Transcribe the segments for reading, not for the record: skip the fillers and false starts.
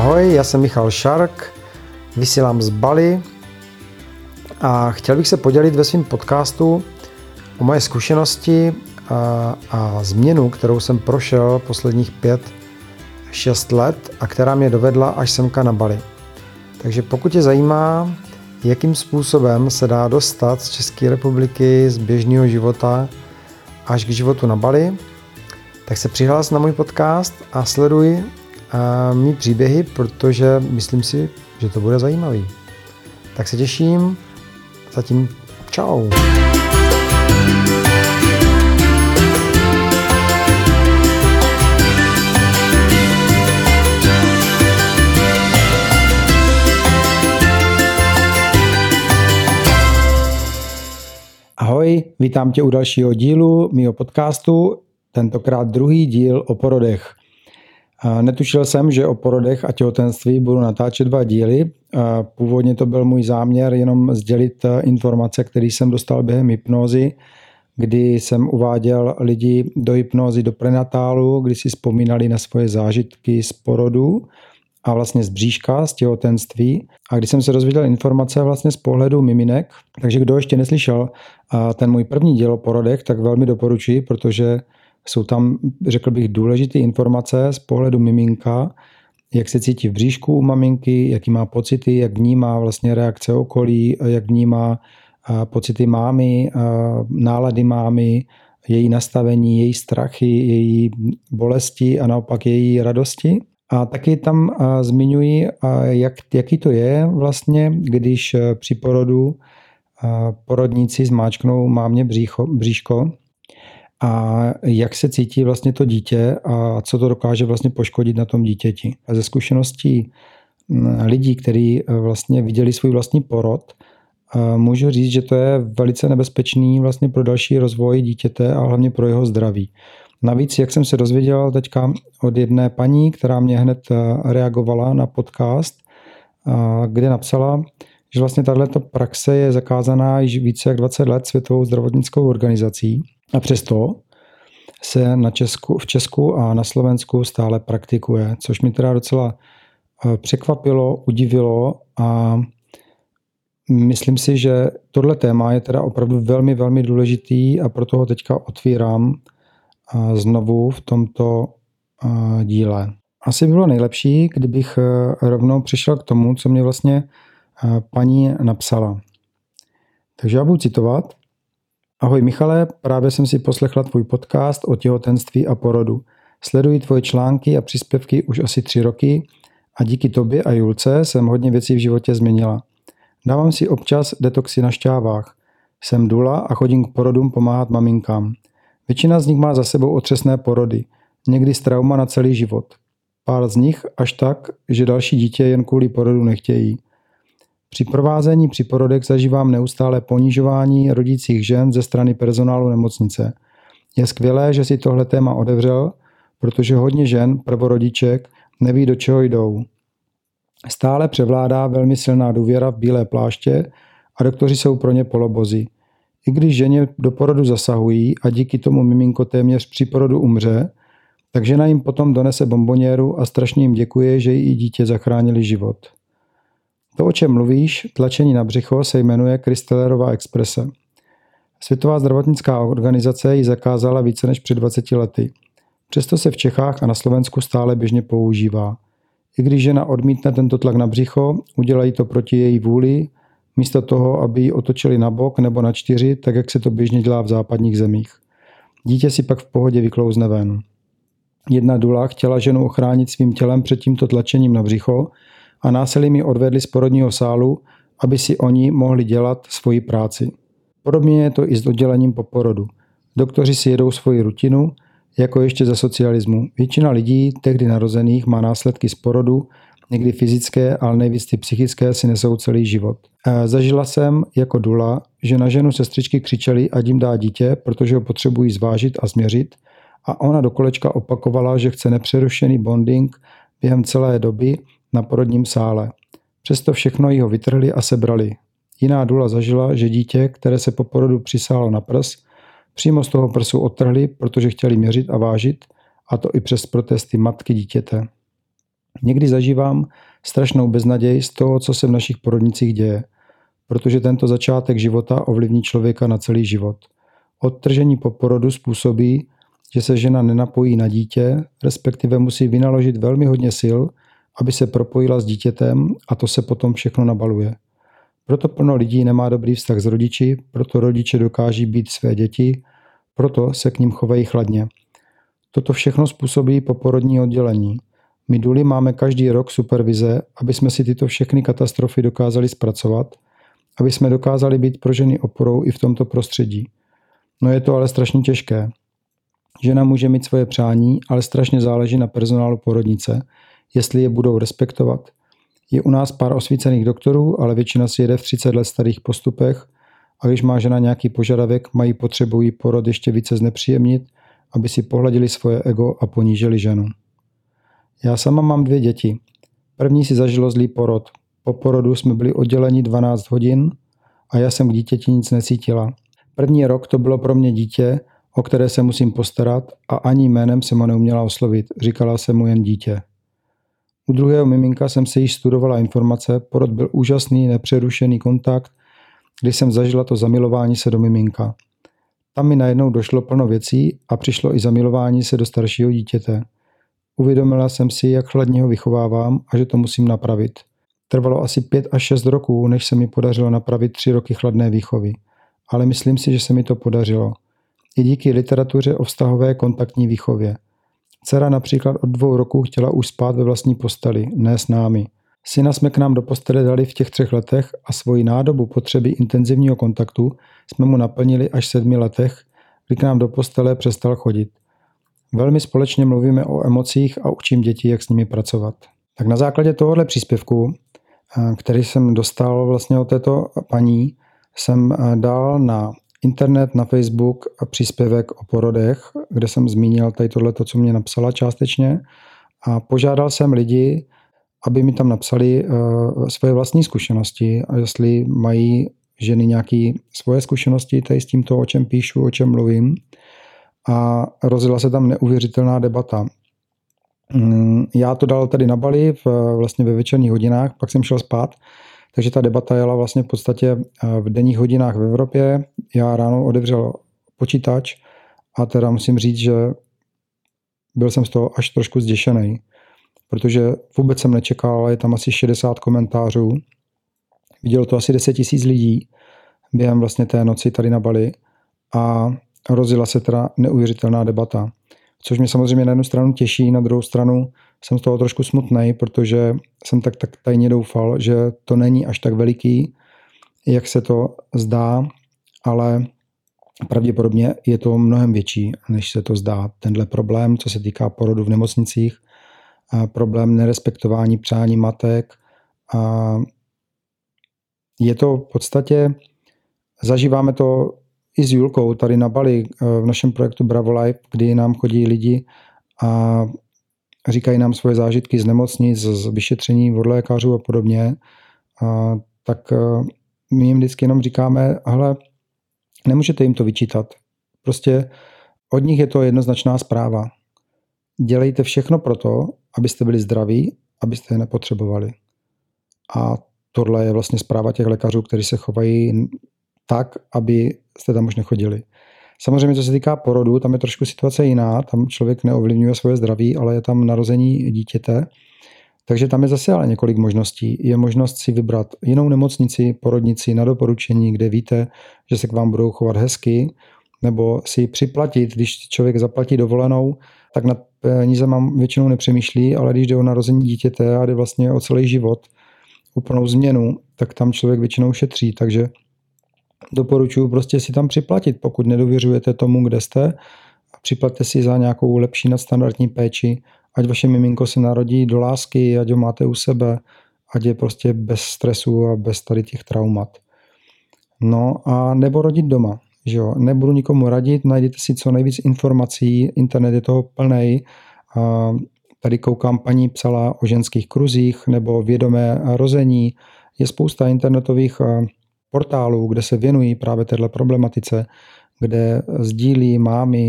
Ahoj, já jsem Michal Šark, vysílám z Bali a chtěl bych se podělit ve svém podcastu o moje zkušenosti a změnu, kterou jsem prošel posledních 5-6 let a která mě dovedla až semka na Bali. Takže pokud tě zajímá, jakým způsobem se dá dostat z České republiky, z běžného života až k životu na Bali, tak se přihlás na můj podcast a sleduj mý příběhy, protože myslím si, že to bude zajímavý. Tak se těším. Zatím čau. Ahoj, vítám tě u dalšího dílu mýho podcastu, tentokrát druhý díl o porodech. Netušil jsem, že o porodech a těhotenství budu natáčet 2 díly. Původně to byl můj záměr jenom sdělit informace, které jsem dostal během hypnózy, kdy jsem uváděl lidi do hypnózy do prenatálu, kdy si vzpomínali na svoje zážitky z porodu a vlastně z bříška, z těhotenství. A když jsem se dozvěděl informace vlastně z pohledu miminek, takže kdo ještě neslyšel ten můj první díl o porodech, tak velmi doporučuji, protože jsou tam, řekl bych, důležité informace z pohledu miminka, jak se cítí v bříšku u maminky, jaký má pocity, jak vnímá vlastně reakce okolí, jak vnímá pocity mámy, nálady mámy, její nastavení, její strachy, její bolesti a naopak její radosti. A taky tam zmiňuji, jaký to je vlastně, když při porodu porodníci zmáčknou mámě bříško a jak se cítí vlastně to dítě a co to dokáže vlastně poškodit na tom dítěti. A ze zkušeností lidí, kteří vlastně viděli svůj vlastní porod, můžu říct, že to je velice nebezpečný vlastně pro další rozvoj dítěte a hlavně pro jeho zdraví. Navíc, jak jsem se dozvěděl teďka od jedné paní, která mě hned reagovala na podcast, kde napsala, že vlastně tato praxe je zakázaná již více jak 20 let Světovou zdravotnickou organizací a přesto se v Česku a na Slovensku stále praktikuje, což mě teda docela překvapilo, udivilo a myslím si, že tohle téma je teda opravdu velmi, velmi důležitý a proto ho teďka otvírám znovu v tomto díle. Asi bylo nejlepší, kdybych rovnou přišel k tomu, co mě vlastně paní napsala. Takže já budu citovat. Ahoj Michale, právě jsem si poslechla tvůj podcast o těhotenství a porodu. Sleduji tvoje články a příspěvky už asi 3 roky a díky tobě a Julce jsem hodně věcí v životě změnila. Dávám si občas detoxy na šťávách. Jsem dula a chodím k porodům pomáhat maminkám. Většina z nich má za sebou otřesné porody, někdy s trauma na celý život. Pár z nich až tak, že další dítě jen kvůli porodu nechtějí. Při provázení při porodech zažívám neustále ponižování rodících žen ze strany personálu nemocnice. Je skvělé, že si tohle téma otevřel, protože hodně žen, prvorodiček, neví, do čeho jdou. Stále převládá velmi silná důvěra v bílé pláště a doktoři jsou pro ně polobozi. I když ženě do porodu zasahují a díky tomu miminko téměř při porodu umře, tak žena jim potom donese bonboněru a strašně jim děkuje, že jí i dítě zachránili život. To, o čem mluvíš, tlačení na břicho, se jmenuje Christellerová exprese. Světová zdravotnická organizace ji zakázala více než před 20 lety. Přesto se v Čechách a na Slovensku stále běžně používá. I když žena odmítne tento tlak na břicho, udělají to proti její vůli, místo toho, aby ji otočili na bok nebo na 4, tak jak se to běžně dělá v západních zemích. Dítě si pak v pohodě vyklouzne ven. Jedna dula chtěla ženu ochránit svým tělem před tímto tlačením na břicho a násilím ji odvedli z porodního sálu, aby si oni mohli dělat svoji práci. Podobně je to i s oddělením po porodu. Doktoři si jedou svoji rutinu, jako ještě za socialismu. Většina lidí, tehdy narozených, má následky z porodu, někdy fyzické, ale nejvíc ty psychické si nesou celý život. Zažila jsem jako dula, že na ženu sestřičky křičeli, ať jim dá dítě, protože ho potřebují zvážit a změřit, a ona do kolečka opakovala, že chce nepřerušený bonding během celé doby na porodním sále. Přesto všechno jí ho vytrhli a sebrali. Jiná dula zažila, že dítě, které se po porodu přisálo na prs, přímo z toho prsu odtrhli, protože chtěli měřit a vážit, a to i přes protesty matky dítěte. Někdy zažívám strašnou beznaděj z toho, co se v našich porodnicích děje, protože tento začátek života ovlivní člověka na celý život. Odtržení po porodu způsobí, že se žena nenapojí na dítě, respektive musí vynaložit velmi hodně sil, aby se propojila s dítětem, a to se potom všechno nabaluje. Proto plno lidí nemá dobrý vztah s rodiči, proto rodiče dokáží být své děti, proto se k ním chovají chladně. Toto všechno způsobí poporodní oddělení. My důly máme každý rok supervize, aby jsme si tyto všechny katastrofy dokázali zpracovat, aby jsme dokázali být pro ženy oporou i v tomto prostředí. No je to ale strašně těžké. Žena může mít svoje přání, ale strašně záleží na personálu porodnice, jestli je budou respektovat. Je u nás pár osvícených doktorů, ale většina si jede v 30 let starých postupech, a když má žena nějaký požadavek, mají potřebu jí porod ještě více znepříjemnit, aby si pohladili svoje ego a ponížili ženu. Já sama mám 2 děti. První si zažilo zlý porod. Po porodu jsme byli odděleni 12 hodin a já jsem k dítěti nic necítila. První rok to bylo pro mě dítě, o které se musím postarat, a ani jménem jsem ho neuměla oslovit. Říkala jsem mu jen dítě. U druhého miminka jsem se již studovala informace, porod byl úžasný, nepřerušený kontakt, když jsem zažila to zamilování se do miminka. Tam mi najednou došlo plno věcí a přišlo i zamilování se do staršího dítěte. Uvědomila jsem si, jak chladně ho vychovávám a že to musím napravit. Trvalo asi 5 až 6 roků, než se mi podařilo napravit 3 roky chladné výchovy. Ale myslím si, že se mi to podařilo. I díky literatuře o vztahové kontaktní výchově. Dcera například od 2 roků chtěla už spát ve vlastní posteli, ne s námi. Syna jsme k nám do postele dali v těch 3 letech a svoji nádobu potřeby intenzivního kontaktu jsme mu naplnili až v 7 letech, kdy k nám do postele přestal chodit. Velmi společně mluvíme o emocích a učím děti, jak s nimi pracovat. Tak na základě tohohle příspěvku, který jsem dostal vlastně od této paní, jsem dal na internet, na Facebook příspěvek o porodech, kde jsem zmínil tady tohleto, co mě napsala částečně, a požádal jsem lidi, aby mi tam napsali svoje vlastní zkušenosti a jestli mají ženy nějaké svoje zkušenosti tady s tímto, o čem píšu, o čem mluvím. A rozjela se tam neuvěřitelná debata. Já to dal tady na Bali vlastně ve večerních hodinách, pak jsem šel spát, takže ta debata jela vlastně v podstatě v denních hodinách v Evropě. Já ráno otevřel počítač a teda musím říct, že byl jsem z toho až trošku zděšený, protože vůbec jsem nečekal, je tam asi 60 komentářů. Vidělo to asi 10 000 lidí během vlastně té noci tady na Bali a rozjela se teda neuvěřitelná debata. Což mě samozřejmě na jednu stranu těší, na druhou stranu jsem z toho trošku smutnej, protože jsem tak tajně doufal, že to není až tak veliký, jak se to zdá, ale pravděpodobně je to mnohem větší, než se to zdá. Tenhle problém, co se týká porodu v nemocnicích, problém nerespektování přání matek. Je to v podstatě, zažíváme to i s Julkou tady na Bali v našem projektu Bravo Life, kdy nám chodí lidi a říkají nám svoje zážitky z nemocnic, z vyšetření od lékařů a podobně. Tak my jim vždycky jenom říkáme, hele, nemůžete jim to vyčítat. Prostě od nich je to jednoznačná zpráva. Dělejte všechno pro to, abyste byli zdraví, abyste je nepotřebovali. A tohle je vlastně zpráva těch lékařů, kteří se chovají tak, aby jste tam už nechodili. Samozřejmě, co se týká porodu, tam je trošku situace jiná, tam člověk neovlivňuje svoje zdraví, ale je tam narození dítěte, takže tam je zase ale několik možností. Je možnost si vybrat jinou nemocnici, porodnici na doporučení, kde víte, že se k vám budou chovat hezky, nebo si připlatit, když člověk zaplatí dovolenou, tak na peníze mám většinou nepřemýšlí, ale když jde o narození dítěte a jde vlastně o celý život, úplnou změnu, tak tam člověk většinou šetří, takže doporučuji prostě si tam připlatit, pokud nedůvěřujete tomu, kde jste, připlaťte si za nějakou lepší nadstandardní péči, ať vaše miminko se narodí do lásky, ať ho máte u sebe, ať je prostě bez stresu a bez tady těch traumat. No a nebo rodit doma, že jo, nebudu nikomu radit, najděte si co nejvíc informací, internet je toho plnej, tady koukám, paní psala o ženských kruzích nebo vědomé rození, je spousta internetových portálů, kde se věnují právě téhle problematice, kde sdílí mámy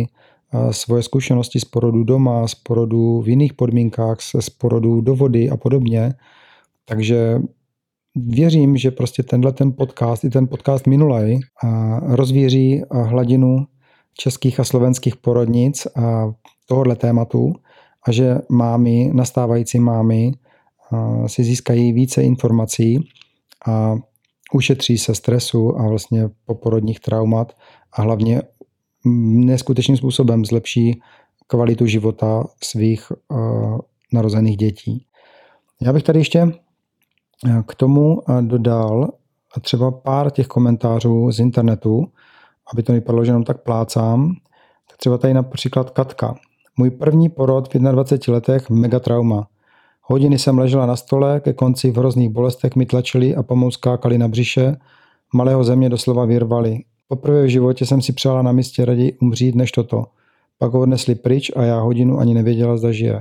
svoje zkušenosti z porodu doma, z porodu v jiných podmínkách, z porodu do vody a podobně. Takže věřím, že prostě ten podcast i ten podcast minulej rozvíří hladinu českých a slovenských porodnic a tohohle tématu a že mámy, nastávající mámy si získají více informací a ušetří se stresu a vlastně poporodních traumat a hlavně neskutečným způsobem zlepší kvalitu života svých narozených dětí. Já bych tady ještě k tomu dodal třeba pár těch komentářů z internetu, aby to nevypadalo, že jenom tak plácám. Tak třeba tady například Katka. Můj první porod v 21 letech mega trauma. Hodiny jsem ležela na stole, ke konci v hrozných bolestech mi tlačili a pomalu skákali na břiše, malého země doslova vyrvali. Poprvé v životě jsem si přála na místě raději umřít než toto. Pak ho odnesli pryč a já hodinu ani nevěděla, zda žije.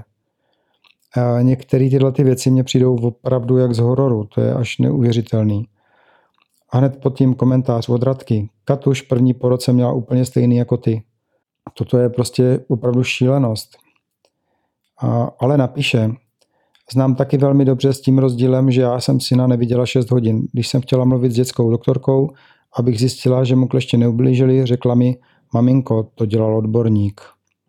A některé tyhle ty věci mě přijdou opravdu jak z hororu, to je až neuvěřitelný. A hned pod tím komentář od Radky. Katuš, první porod jsem měla úplně stejný jako ty. Toto je prostě opravdu šílenost. Ale napíše, znám taky velmi dobře s tím rozdílem, že já jsem syna neviděla 6 hodin. Když jsem chtěla mluvit s dětskou doktorkou, abych zjistila, že mu kleště neublížili, řekla mi, maminko, to dělal odborník.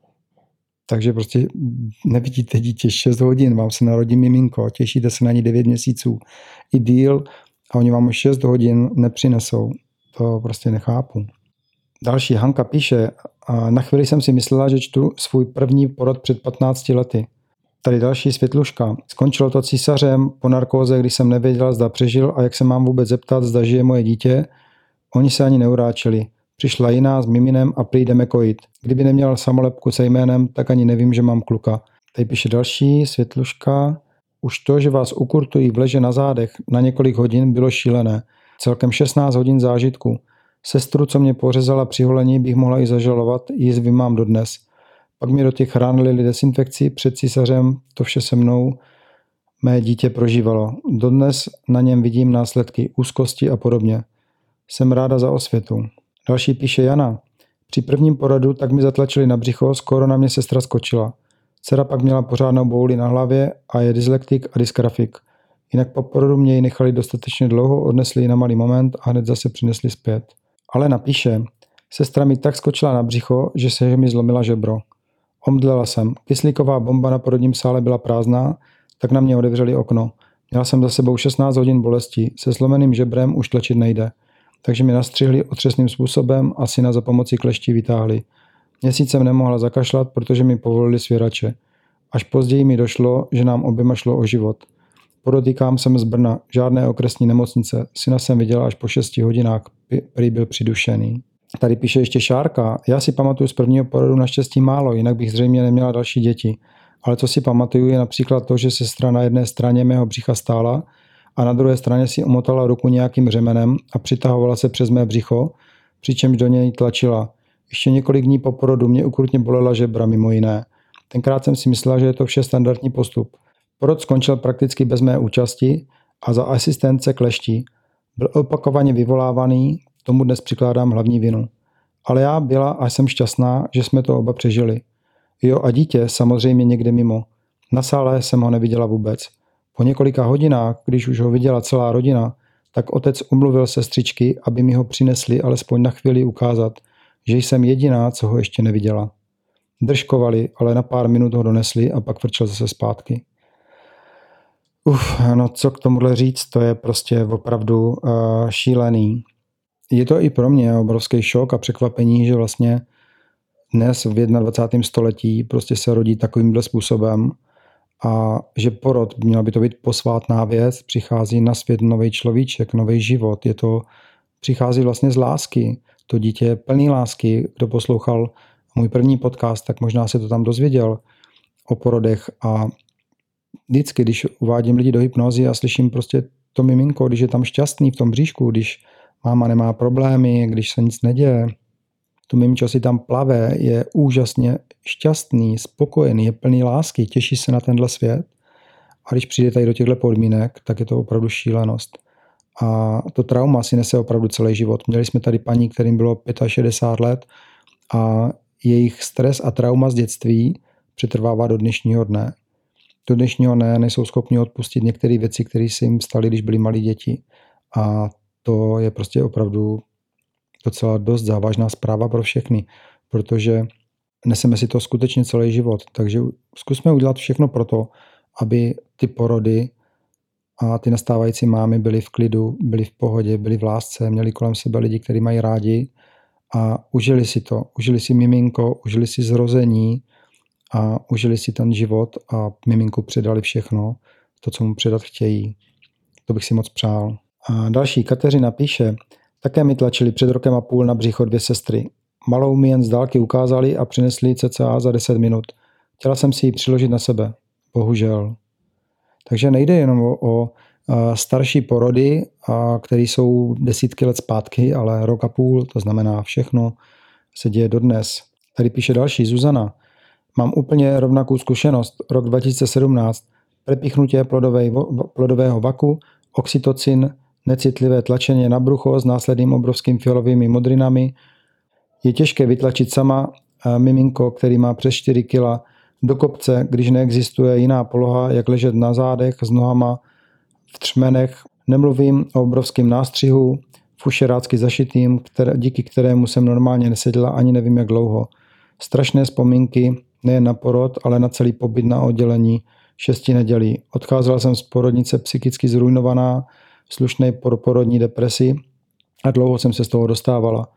Takže prostě nevidíte dítě 6 hodin, vám se narodí miminko, těšíte se na ní 9 měsíců i díl a oni vám 6 hodin nepřinesou. To prostě nechápu. Další Hanka píše, na chvíli jsem si myslela, že čtu svůj první porod před 15 lety. Tady další Světluška. Skončilo to císařem po narkóze, když jsem nevěděla, zda přežil a jak se mám vůbec zeptat, zda žije moje dítě. Oni se ani neuráčili. Přišla jiná s miminem a prý jdeme kojit. Kdyby neměl samolepku se jménem, tak ani nevím, že mám kluka. Tady píše další Světluška. Už to, že vás ukurtují v leže na zádech na několik hodin, bylo šílené. Celkem 16 hodin zážitku. Sestru, co mě pořezala při holení, bych mohla i zažalovat, jízvy mám dodnes. Pak mi do těch rán lili desinfekci před císařem, to vše se mnou mé dítě prožívalo. Dodnes na něm vidím následky úzkosti a podobně. Jsem ráda za osvětu. Další píše Jana. Při prvním porodu tak mi zatlačili na břicho, skoro na mě sestra skočila. Dcera pak měla pořádnou bouli na hlavě a je dyslektik a dysgrafik. Jinak po porodu mě ji nechali dostatečně dlouho, odnesli ji na malý moment a hned zase přinesli zpět. Ale napíše, sestra mi tak skočila na břicho, že se mi zlomila žebro. Omdlela jsem. Kyslíková bomba na porodním sále byla prázdná, tak na mě otevřeli okno. Měla jsem za sebou 16 hodin bolesti, se zlomeným žebrem už tlačit nejde. Takže mi nastřihli otřesným způsobem a syna za pomocí kleští vytáhli. Měsíc jsem nemohla zakašlat, protože mi povolili svěrače. Až později mi došlo, že nám oběma šlo o život. Podotýkám, jsem z Brna, žádné okresní nemocnice. Syna jsem viděla až po 6 hodinách, prý byl přidušený. Tady píše ještě Šárka. Já si pamatuju z prvního porodu naštěstí málo, jinak bych zřejmě neměla další děti. Ale co si pamatuju je například to, že sestra na jedné straně mého břicha stála a na druhé straně si omotala ruku nějakým řemenem a přitahovala se přes mé břicho, přičemž do něj tlačila. Ještě několik dní po porodu mě ukrutně bolela žebra mimo jiné. Tenkrát jsem si myslela, že je to vše standardní postup. Porod skončil prakticky bez mé účasti a za asistence kleští. Byl opakovaně vyvolávaný, tomu dnes přikládám hlavní vinu. Ale já byla a jsem šťastná, že jsme to oba přežili. Jo a dítě samozřejmě někde mimo. Na sále jsem ho neviděla vůbec. Po několika hodinách, když už ho viděla celá rodina, tak otec umluvil sestřičky, aby mi ho přinesli alespoň na chvíli ukázat, že jsem jediná, co ho ještě neviděla. Držkovali, ale na pár minut ho donesli a pak vrčel zase zpátky. No co k tomuhle říct, to je prostě opravdu šílený. Je to i pro mě obrovský šok a překvapení, že vlastně dnes v 21. století prostě se rodí takovýmhle způsobem a že porod, měla by to být posvátná věc, přichází na svět nový človíček, nový život, přichází vlastně z lásky. To dítě je plný lásky. Kdo poslouchal můj první podcast, tak možná se to tam dozvěděl o porodech a vždycky, když uvádím lidi do hypnózy a slyším prostě to miminko, když je tam šťastný v tom bříšku, když máma nemá problémy, když se nic neděje, to miminčo si tam plave, je úžasně šťastný, spokojený, je plný lásky, těší se na tenhle svět a když přijde tady do těchto podmínek, tak je to opravdu šílenost. A to trauma si nese opravdu celý život. Měli jsme tady paní, kterým bylo 65 let a jejich stres a trauma z dětství přetrvává do dnešního dne. Do dnešního dne nejsou schopni odpustit některé věci, které se jim staly, když byli malí děti. A to je prostě opravdu docela dost závažná zpráva pro všechny, protože neseme si to skutečně celý život. Takže zkusme udělat všechno pro to, aby ty porody a ty nastávající mámy byly v klidu, byly v pohodě, byly v lásce, měli kolem sebe lidi, kteří mají rádi a užili si to. Užili si miminko, užili si zrození a užili si ten život a miminku předali všechno, to, co mu předat chtějí. To bych si moc přál. A další, Kateřina píše, také mi tlačili před 1,5 roku na břicho 2 sestry. Malou mi jen z dálky ukázali a přinesli cca za 10 minut. Chtěla jsem si ji přiložit na sebe. Bohužel. Takže nejde jenom o starší porody, které jsou desítky let zpátky, ale 1,5 roku, to znamená všechno, se děje dodnes. Tady píše další, Zuzana. Mám úplně rovnakou zkušenost. Rok 2017. Prepichnutí plodového vaku, oxytocin, necitlivé tlačení na brucho s následným obrovským fialovými modrinami. Je těžké vytlačit sama miminko, který má přes 4 kg, do kopce, když neexistuje jiná poloha, jak ležet na zádech s nohama v třmenech. Nemluvím o obrovském nástřihu, fušerácky zašitým, díky kterému jsem normálně neseděla ani nevím jak dlouho. Strašné vzpomínky, nejen na porod, ale na celý pobyt na oddělení 6 nedělí. Odcházela jsem z porodnice psychicky zrujnovaná, v slušné porodní depresi a dlouho jsem se z toho dostávala.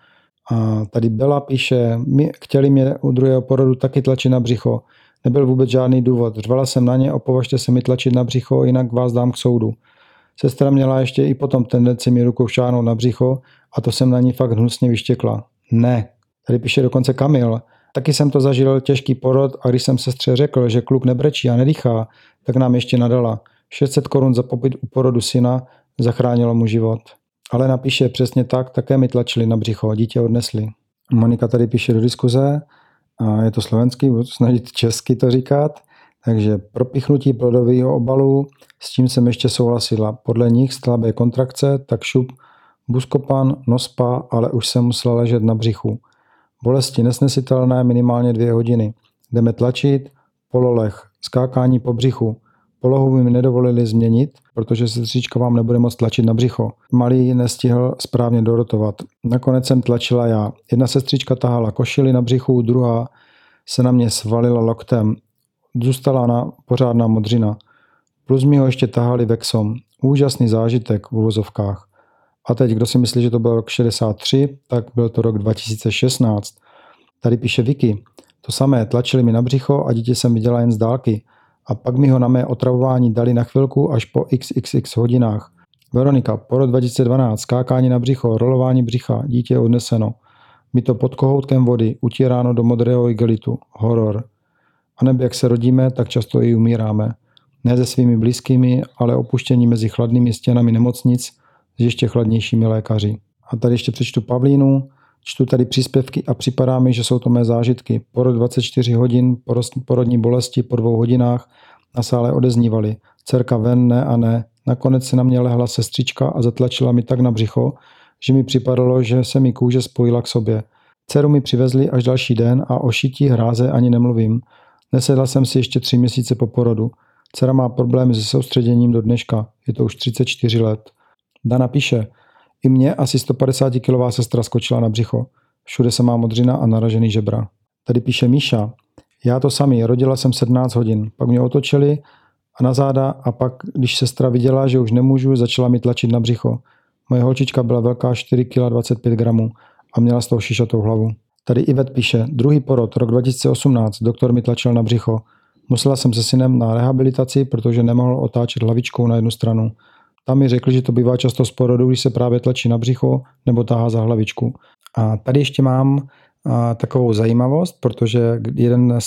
A tady Bela píše, chtěli mě u druhého porodu taky tlačit na břicho. Nebyl vůbec žádný důvod. Řvala jsem na ně, opovažte se mi tlačit na břicho, jinak vás dám k soudu. Sestra měla ještě i potom tendenci mi rukou šáhnout na břicho a to jsem na ní fakt hnusně vyštěkla. Ne. Tady píše dokonce Kamil. Taky jsem to zažil těžký porod a když jsem sestře řekl, že kluk nebrečí a nedýchá, tak nám ještě nadala. 600 korun za pobyt u porodu syna zachránilo mu život. Ale napíše přesně tak, také mi tlačili na břicho, dítě odnesli. Monika tady píše do diskuze, a je to slovenský, budu snažit česky to říkat, takže propichnutí plodového obalu, s tím jsem ještě souhlasila. Podle nich slabé kontrakce, tak šup, Buscopan, Nospa, ale už jsem musela ležet na břichu. Bolesti nesnesitelné minimálně 2 hodiny. Jdeme tlačit, pololeh, skákání po břichu. Polohu mi nedovolili změnit, protože sestřička vám nebude moc tlačit na břicho. Malý nestihl správně dorotovat. Nakonec jsem tlačila já. Jedna sestřička tahala košili na břichu, druhá se na mě svalila loktem. Zůstala na pořádná modřina. Plus mi ho ještě tahali vexom. Úžasný zážitek v uvozovkách. A teď, kdo si myslí, že to byl rok 63, tak byl to rok 2016. Tady píše Vicky. To samé, tlačili mi na břicho a dítě jsem viděla jen z dálky. A pak mi ho na mé otravování dali na chvilku až po xxx hodinách. Veronika, porod 2012, skákání na břicho, rolování břicha, dítě odneseno. Mi to pod kohoutkem vody, utíráno do modrého igelitu, horor. A nebo jak se rodíme, tak často i umíráme. Ne se svými blízkými, ale opuštění mezi chladnými stěnami nemocnic s ještě chladnějšími lékaři. A tady ještě přečtu Pavlínu, čtu tady příspěvky a připadá mi, že jsou to mé zážitky. Porod 24 hodin, porodní bolesti po 2 hodinách na sále odeznívaly. Dcerka ven, ne a ne. Nakonec se na mě lehla sestřička a zatlačila mi tak na břicho, že mi připadalo, že se mi kůže spojila k sobě. Dceru mi přivezli až další den a o šití hráze ani nemluvím. Nesedla jsem si ještě 3 měsíce po porodu. Dcera má problémy se soustředěním do dneška. Je to už 34 let. Dana píše, i mě asi 150-kilová sestra skočila na břicho. Všude se má modřina a naražený žebra. Tady píše Míša, já to samý, rodila jsem 17 hodin, pak mě otočili a na záda a pak, když sestra viděla, že už nemůžu, začala mi tlačit na břicho. Moje holčička byla velká 4 kg 25 gramů a měla z toho šišatou hlavu. Tady Ivet píše, druhý porod, rok 2018, doktor mi tlačil na břicho. Musela jsem se synem na rehabilitaci, protože nemohl otáčet hlavičkou na jednu stranu. Tam mi řekli, že to bývá často z porodu, když se právě tlačí na břicho nebo tahá za hlavičku. A tady ještě mám takovou zajímavost, protože jednu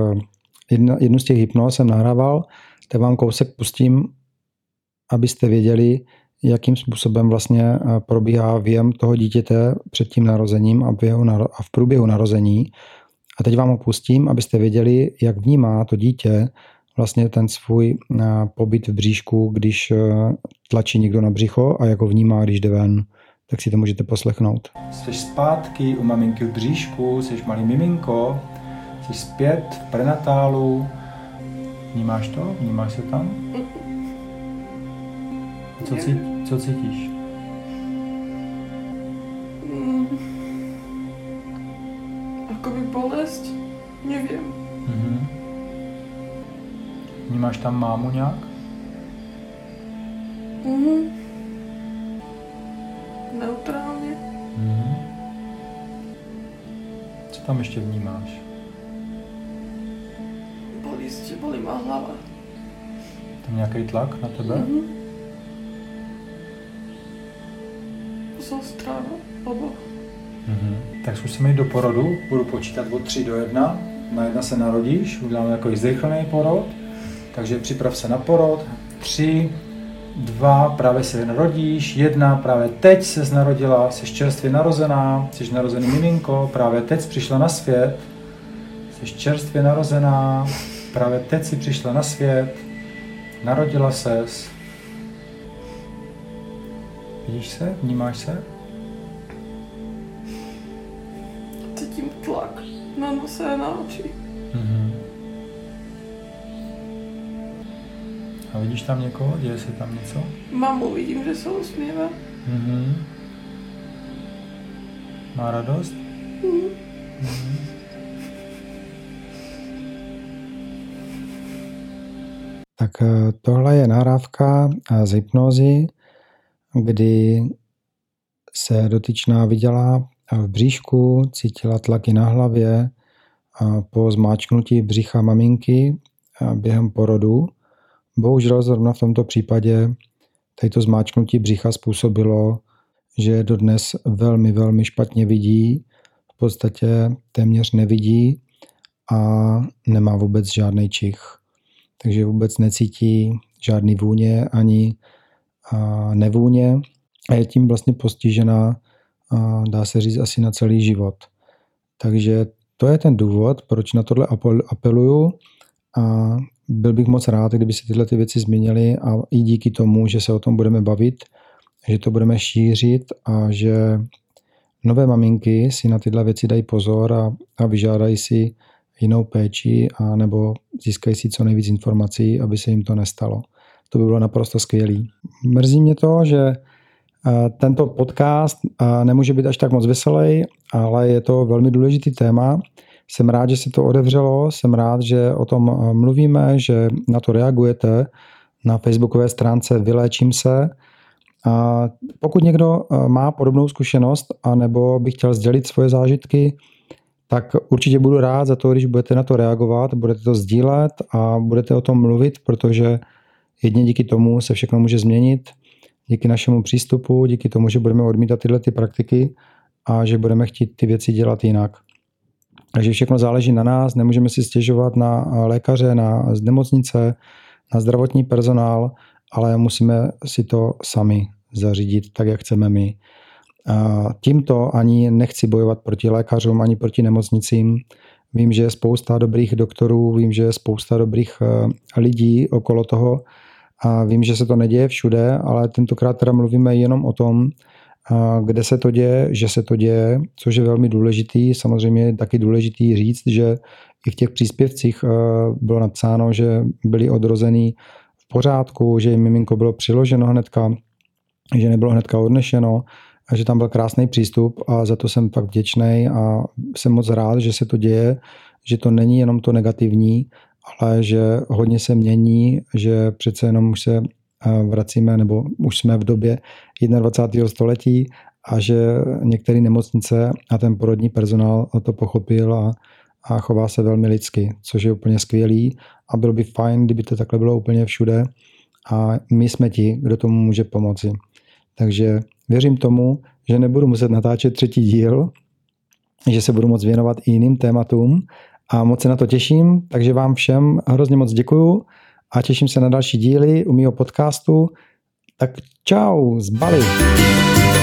z těch hypnóz jsem nahrával, tak vám kousek pustím, abyste věděli, jakým způsobem vlastně probíhá věm toho dítěte před tím narozením a v průběhu narození. A teď vám ho pustím, abyste věděli, jak vnímá to dítě vlastně ten svůj pobyt v bříšku, když tlačí někdo na břicho a jak ho vnímá, když jde ven. tak si to můžete poslechnout. Jsi zpátky u maminky v bříšku, jsi malý miminko, jsi zpět v prenatálu. Vnímáš to? Vnímáš se tam? Co cítíš? Akoby bolesť? Neviem. Vnímáš tam mámu nějak? Neutrálně. Co tam ještě vnímáš? Bolí má hlava. Tam nějaký tlak na tebe? Zostráva, obo. Tak zkusíme jít do porodu, budu počítat od 3 do 1. Na 1 se narodíš, uděláme takový zrychlený porod, takže připrav se na porod. 3, 2, právě se narodíš, 1, právě teď ses narodila, jsi čerstvě narozená, jsi narozený miminko, právě teď jsi přišla na svět, jsi čerstvě narozená, právě teď jsi přišla na svět, narodila ses. Vidíš se? Vnímáš se? Cítím tlak na nose a na oči. A vidíš tam někoho? Děje se tam něco? Mamu vidím, že se usmívá. Má radost? Tak tohle je nahrávka z hypnózy, kdy se dotyčná viděla v bříšku, cítila tlaky na hlavě po zmáčknutí břicha maminky během porodu. Bohužel zrovna v tomto případě tato zmáčknutí břicha způsobilo, že dodnes velmi, velmi špatně vidí, v podstatě téměř nevidí a nemá vůbec žádný čich. Takže vůbec necítí žádný vůně ani nevůně a je tím vlastně postižená, dá se říct, asi na celý život. Takže to je ten důvod, proč na tohle apeluju a byl bych moc rád, kdyby se tyhle ty věci změnily a i díky tomu, že se o tom budeme bavit, že to budeme šířit a že nové maminky si na tyhle věci dají pozor a vyžádají si jinou péči a nebo získají si co nejvíc informací, aby se jim to nestalo. To by bylo naprosto skvělý. Mrzí mě to, že tento podcast nemůže být až tak moc veselý, ale je to velmi důležitý téma. Jsem rád, že se to otevřelo, jsem rád, že o tom mluvíme, že na to reagujete na facebookové stránce Vyléčím se. A pokud někdo má podobnou zkušenost a nebo by chtěl sdělit svoje zážitky, tak určitě budu rád za to, když budete na to reagovat, budete to sdílet a budete o tom mluvit, protože jedině díky tomu se všechno může změnit, díky našemu přístupu, díky tomu, že budeme odmítat tyhle ty praktiky a že budeme chtít ty věci dělat jinak. Takže všechno záleží na nás, nemůžeme si stěžovat na lékaře, na nemocnice, na zdravotní personál, ale musíme si to sami zařídit tak, jak chceme my. A tímto ani nechci bojovat proti lékařům, ani proti nemocnicím. Vím, že je spousta dobrých doktorů, vím, že je spousta dobrých lidí okolo toho a vím, že se to neděje všude, ale tentokrát teda mluvíme jenom o tom, kde se to děje, že se to děje, což je velmi důležitý. Samozřejmě je taky důležitý říct, že i v těch příspěvcích bylo napsáno, že byli odrozený v pořádku, že jim miminko bylo přiloženo hnedka, že nebylo hnedka odnešeno a že tam byl krásný přístup a za to jsem fakt vděčný a jsem moc rád, že se to děje, že to není jenom to negativní, ale že hodně se mění, že přece jenom už se vracíme, nebo už jsme v době 21. století a že některé nemocnice a ten porodní personál to pochopil a chová se velmi lidsky, což je úplně skvělý a bylo by fajn, kdyby to takhle bylo úplně všude a my jsme ti, kdo tomu může pomoci. Takže věřím tomu, že nebudu muset natáčet 3. díl, že se budu moc věnovat i jiným tématům a moc se na to těším, takže vám všem hrozně moc děkuju a těším se na další díly u mýho podcastu. Tak čau z Bali.